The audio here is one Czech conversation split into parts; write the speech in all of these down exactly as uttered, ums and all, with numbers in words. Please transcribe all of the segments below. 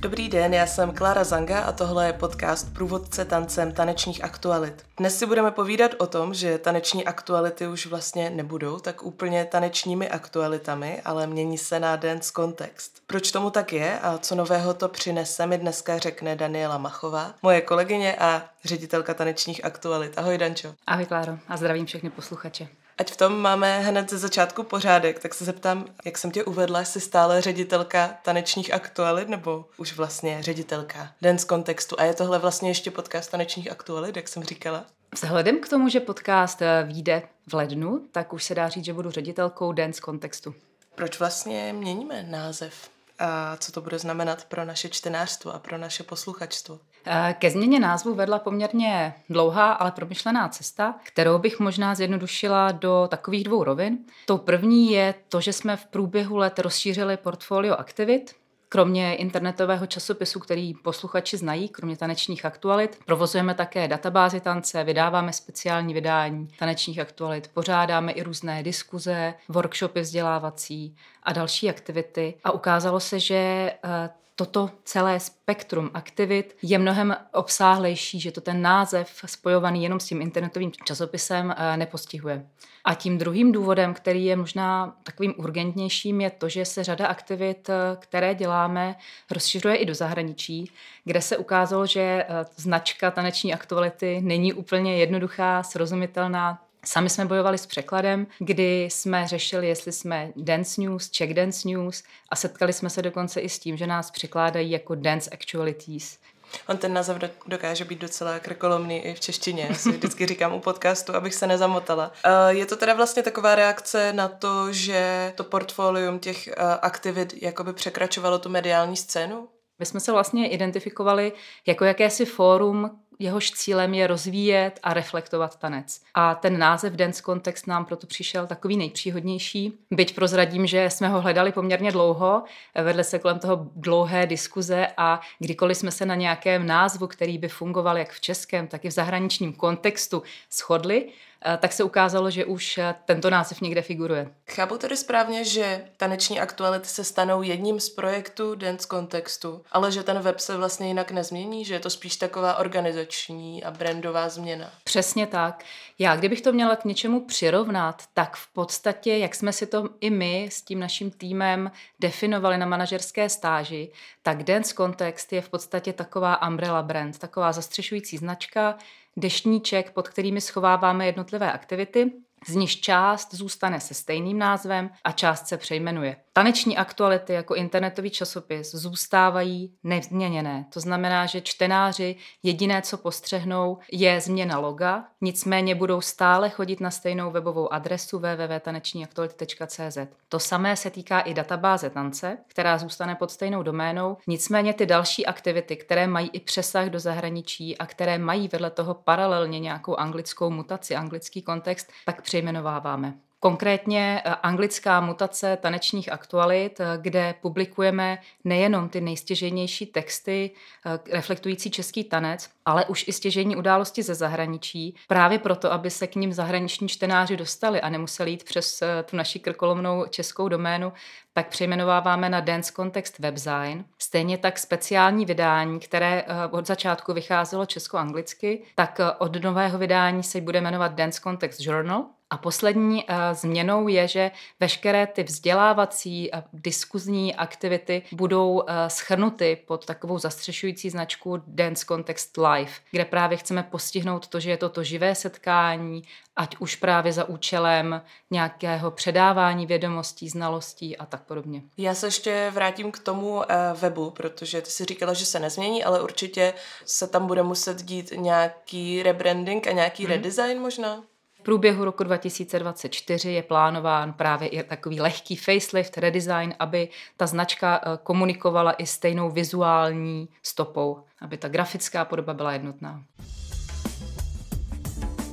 Dobrý den, já jsem Klára Zanga a tohle je podcast Průvodce tancem tanečních aktualit. Dnes si budeme povídat o tom, že taneční aktuality už vlastně nebudou tak úplně tanečními aktualitami, ale mění se na dance kontext. Proč tomu tak je a co nového to přinese, mi dneska řekne Daniela Machová, moje kolegyně a ředitelka tanečních aktualit. Ahoj Dančo. Ahoj Kláro a zdravím všechny posluchače. Ať v tom máme hned ze začátku pořádek, tak se zeptám, jak jsem tě uvedla, jsi stále ředitelka tanečních aktualit nebo už vlastně ředitelka dance kontextu? A je tohle vlastně ještě podcast tanečních aktualit, jak jsem říkala? Vzhledem k tomu, že podcast vyjde v lednu, tak už se dá říct, že budu ředitelkou dance kontextu. Proč vlastně měníme název? A co to bude znamenat pro naše čtenářstvo a pro naše posluchačstvo? Ke změně názvu vedla poměrně dlouhá, ale promyšlená cesta, kterou bych možná zjednodušila do takových dvou rovin. Tou první je to, že jsme v průběhu let rozšířili portfolio aktivit. Kromě internetového časopisu, který posluchači znají, kromě tanečních aktualit, provozujeme také databázi tance, vydáváme speciální vydání tanečních aktualit, pořádáme i různé diskuze, workshopy vzdělávací a další aktivity. A ukázalo se, že toto celé spektrum aktivit je mnohem obsáhlejší, že to ten název spojovaný jenom s tím internetovým časopisem nepostihuje. A tím druhým důvodem, který je možná takovým urgentnějším, je to, že se řada aktivit, které děláme, rozšiřuje i do zahraničí, kde se ukázalo, že značka taneční aktuality není úplně jednoduchá, srozumitelná. Sami jsme bojovali s překladem, kdy jsme řešili, jestli jsme Dance News, Czech Dance News a setkali jsme se dokonce i s tím, že nás překládají jako Dance Actualities. On ten název dokáže být docela krkolomný i v češtině, já si vždycky říkám u podcastu, abych se nezamotala. Je to teda vlastně taková reakce na to, že to portfolium těch aktivit jakoby překračovalo tu mediální scénu? My jsme se vlastně identifikovali jako jakési fórum, jehož cílem je rozvíjet a reflektovat tanec. A ten název Dance Context nám proto přišel takový nejpříhodnější. Byť prozradím, že jsme ho hledali poměrně dlouho, vedle se kolem toho dlouhé diskuze a kdykoliv jsme se na nějakém názvu, který by fungoval jak v českém, tak i v zahraničním kontextu shodli, tak se ukázalo, že už tento název někde figuruje. Chápu tedy správně, že taneční aktuality se stanou jedním z projektů Dance Kontextu, ale že ten web se vlastně jinak nezmění, že je to spíš taková organizační a brandová změna. Přesně tak. Já, kdybych to měla k něčemu přirovnat, tak v podstatě, jak jsme si to i my s tím naším týmem definovali na manažerské stáži, tak Dance Context je v podstatě taková umbrella brand, taková zastřešující značka, deštníček, pod kterými schováváme jednotlivé aktivity, z nichž část zůstane se stejným názvem a část se přejmenuje. Taneční aktuality jako internetový časopis zůstávají nezměněné. To znamená, že čtenáři jediné, co postřehnou, je změna loga, nicméně budou stále chodit na stejnou webovou adresu w w w tečka taneční aktuality tečka c z. To samé se týká i databáze tance, která zůstane pod stejnou doménou, nicméně ty další aktivity, které mají i přesah do zahraničí a které mají vedle toho paralelně nějakou anglickou mutaci, anglický kontext, tak přejmenováváme. Konkrétně anglická mutace tanečních aktualit, kde publikujeme nejenom ty nejstěžejnější texty reflektující český tanec, ale už i stěžejní události ze zahraničí, právě proto, aby se k nim zahraniční čtenáři dostali a nemuseli jít přes tu naši krkolomnou českou doménu, tak přejmenováváme na Dance Context Webzine. Stejně tak speciální vydání, které od začátku vycházelo česko-anglicky, tak od nového vydání se bude jmenovat Dance Context Journal. A poslední uh, změnou je, že veškeré ty vzdělávací a diskuzní aktivity budou uh, shrnuty pod takovou zastřešující značku Dance Context Live, kde právě chceme postihnout to, že je to to živé setkání, ať už právě za účelem nějakého předávání vědomostí, znalostí a tak podobně. Já se ještě vrátím k tomu uh, webu, protože ty si říkala, že se nezmění, ale určitě se tam bude muset dít nějaký rebranding a nějaký hmm. redesign možná? V průběhu roku dva tisíce dvacet čtyři je plánován právě i takový lehký facelift, redesign, aby ta značka komunikovala i stejnou vizuální stopou, aby ta grafická podoba byla jednotná.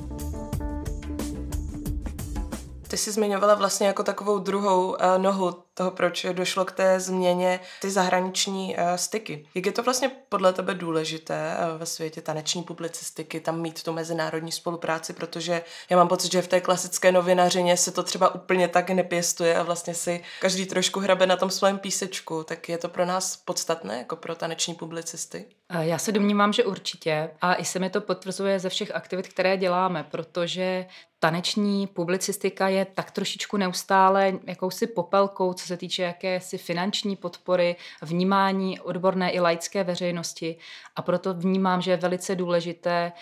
Ty jsi zmiňovala vlastně jako takovou druhou uh, nohu toho, proč došlo k té změně, ty zahraniční uh, styky. Jak je to vlastně podle tebe důležité uh, ve světě taneční publicistiky tam mít tu mezinárodní spolupráci, protože já mám pocit, že v té klasické novinařině se to třeba úplně tak nepěstuje a vlastně si každý trošku hrabe na tom svém písečku, tak je to pro nás podstatné, jako pro taneční publicisty? Já se domnívám, že určitě a i se mi to potvrzuje ze všech aktivit, které děláme, protože taneční publicistika je tak trošičku neustále jakousi popelkou, co se týče jakési finanční podpory, vnímání odborné i laické veřejnosti a proto vnímám, že je velice důležité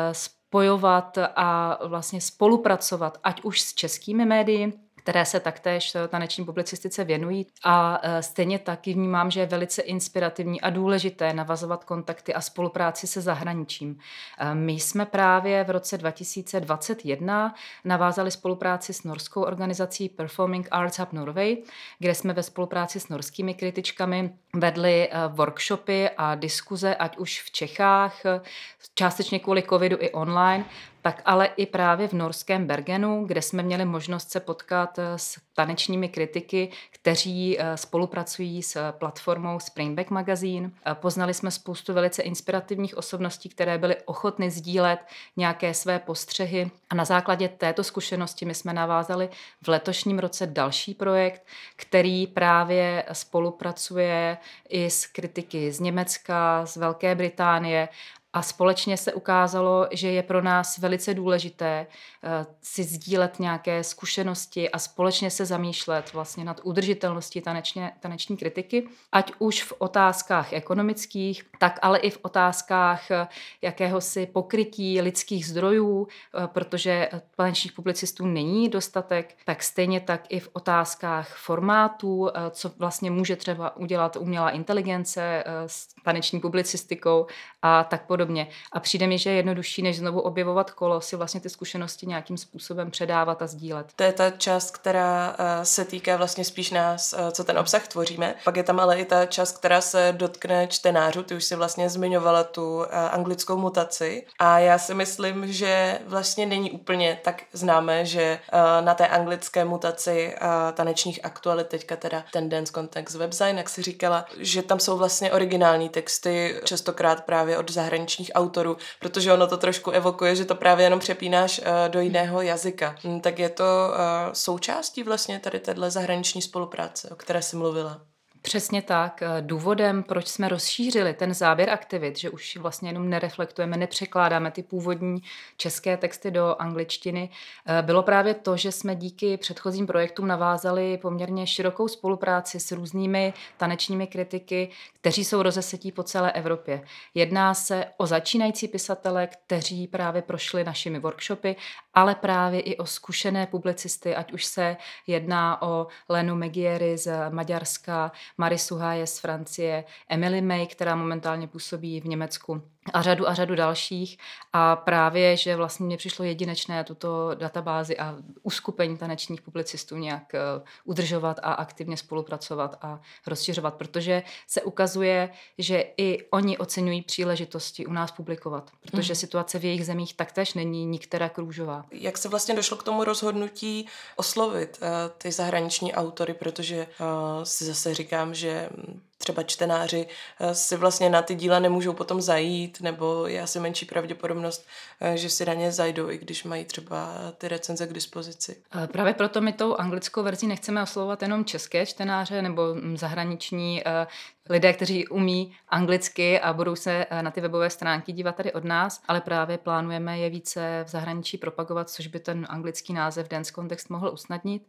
spojovat a vlastně spolupracovat, ať už s českými médii, které se taktéž taneční publicistice věnují. A stejně taky vnímám, že je velice inspirativní a důležité navazovat kontakty a spolupráci se zahraničím. My jsme právě v roce dva tisíce dvacet jedna navázali spolupráci s norskou organizací Performing Arts Hub Norway, kde jsme ve spolupráci s norskými kritičkami vedli workshopy a diskuze, ať už v Čechách, částečně kvůli covidu i online, tak ale i právě v norském Bergenu, kde jsme měli možnost se potkat s tanečními kritiky, kteří spolupracují s platformou Springback Magazine. Poznali jsme spoustu velice inspirativních osobností, které byly ochotny sdílet nějaké své postřehy a na základě této zkušenosti my jsme navázali v letošním roce další projekt, který právě spolupracuje i s kritiky z Německa, z Velké Británie. A společně se ukázalo, že je pro nás velice důležité uh, si sdílet nějaké zkušenosti a společně se zamýšlet vlastně nad udržitelností tanečně, taneční kritiky, ať už v otázkách ekonomických, tak ale i v otázkách jakéhosi pokrytí lidských zdrojů, uh, protože tanečních publicistů není dostatek, tak stejně tak i v otázkách formátů, uh, co vlastně může třeba udělat umělá inteligence uh, s taneční publicistikou a tak podobně. A přijde mi, že je jednodušší, než znovu objevovat kolo, si vlastně ty zkušenosti nějakým způsobem předávat a sdílet. To je ta část, která se týká vlastně spíš nás, co ten obsah tvoříme. Pak je tam ale i ta část, která se dotkne čtenářů. Ty už si vlastně zmiňovala tu anglickou mutaci. A já si myslím, že vlastně není úplně tak známé, že na té anglické mutaci tanečních aktualit, teďka teda ten Dance Context Webdesign, jak si říkala, že tam jsou vlastně originální texty, častokrát právě od zahraničních autorů, protože ono to trošku evokuje, že to právě jenom přepínáš uh, do jiného jazyka. Hmm, tak je to uh, součástí vlastně tady téhle zahraniční spolupráce, o které jsi mluvila. Přesně tak. Důvodem, proč jsme rozšířili ten záběr aktivit, že už vlastně jenom nereflektujeme, nepřekládáme ty původní české texty do angličtiny, bylo právě to, že jsme díky předchozím projektům navázali poměrně širokou spolupráci s různými tanečními kritiky, kteří jsou rozesetí po celé Evropě. Jedná se o začínající pisatele, kteří právě prošli našimi workshopy, ale právě i o zkušené publicisty, ať už se jedná o Lenu Megieri z Maďarska, Marisu Háje z Francie, Emily May, která momentálně působí v Německu a řadu a řadu dalších. A právě, že vlastně mně přišlo jedinečné tuto databázi a uskupení tanečních publicistů nějak udržovat a aktivně spolupracovat a rozšiřovat, protože se ukazuje, že i oni oceňují příležitosti u nás publikovat, protože mm. situace v jejich zemích taktéž není nikterak růžová. Jak se vlastně došlo k tomu rozhodnutí oslovit uh, ty zahraniční autory, protože uh, si zase říkám, že třeba čtenáři si vlastně na ty díla nemůžou potom zajít, nebo je asi menší pravděpodobnost, že si na ně zajdou, i když mají třeba ty recenze k dispozici. Právě proto my tou anglickou verzí nechceme oslovovat jenom české čtenáře nebo zahraniční lidé, kteří umí anglicky a budou se na ty webové stránky dívat tady od nás, ale právě plánujeme je více v zahraničí propagovat, což by ten anglický název Dance Context mohl usnadnit.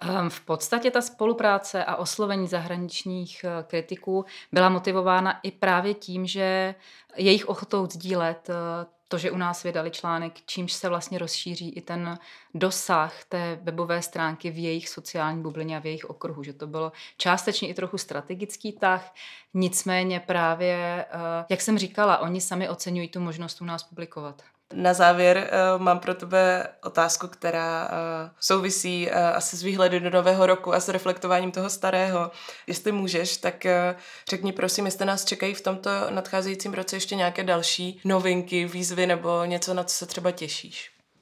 V podstatě ta spolupráce a oslovení zahraničních kritiků byla motivována i právě tím, že jejich ochotou sdílet to, že u nás vydali článek, čímž se vlastně rozšíří i ten dosah té webové stránky v jejich sociální bublině a v jejich okruhu, že to bylo částečně i trochu strategický tah, nicméně právě, jak jsem říkala, oni sami oceňují tu možnost u nás publikovat. Na závěr uh, mám pro tebe otázku, která uh, souvisí uh, asi s výhledy do nového roku a s reflektováním toho starého. Jestli můžeš, tak uh, řekni prosím, jestli nás čekají v tomto nadcházejícím roce ještě nějaké další novinky, výzvy nebo něco, na co se třeba těšíš.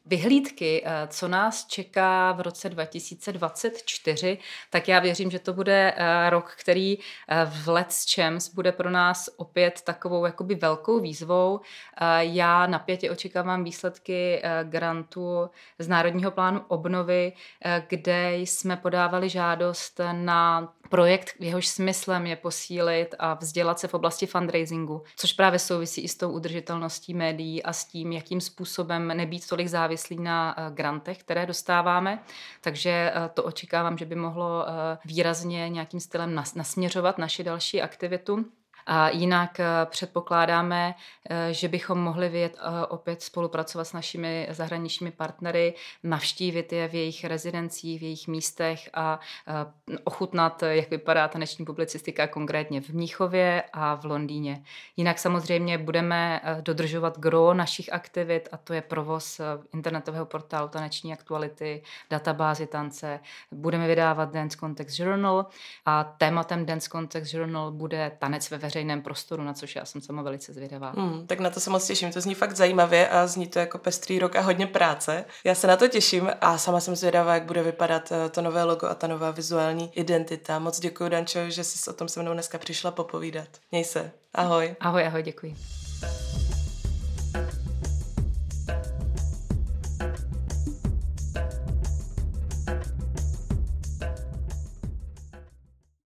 vyhlídky, co nás čeká v roce dva tisíce dvacet čtyři, tak já věřím, že to bude rok, který v lecčems bude pro nás opět takovou jakoby velkou výzvou. Já napětě očekávám výsledky grantu z Národního plánu obnovy, kde jsme podávali žádost na projekt, jehož smyslem je posílit a vzdělat se v oblasti fundraisingu, což právě souvisí i s tou udržitelností médií a s tím, jakým způsobem nebýt tolik závislý na grantech, které dostáváme. Takže to očekávám, že by mohlo výrazně nějakým stylem nasměřovat naši další aktivitu. A jinak předpokládáme, že bychom mohli vyjet opět spolupracovat s našimi zahraničními partnery, navštívit je v jejich rezidencích, v jejich místech a ochutnat, jak vypadá taneční publicistika konkrétně v Mnichově a v Londýně. Jinak samozřejmě budeme dodržovat gros našich aktivit, a to je provoz internetového portálu Taneční aktuality, databázy tance. Budeme vydávat Dance Context Journal a tématem Dance Context Journal bude tanec ve veřejném prostoru, na což já jsem sama velice zvědavá. Hmm, tak na to se moc těším, to zní fakt zajímavě a zní to jako pestrý rok a hodně práce. Já se na to těším a sama jsem zvědavá, jak bude vypadat to nové logo a ta nová vizuální identita. Moc děkuji, Dančo, že jsi o tom se mnou dneska přišla popovídat. Měj se. Ahoj. Ahoj, ahoj, děkuji.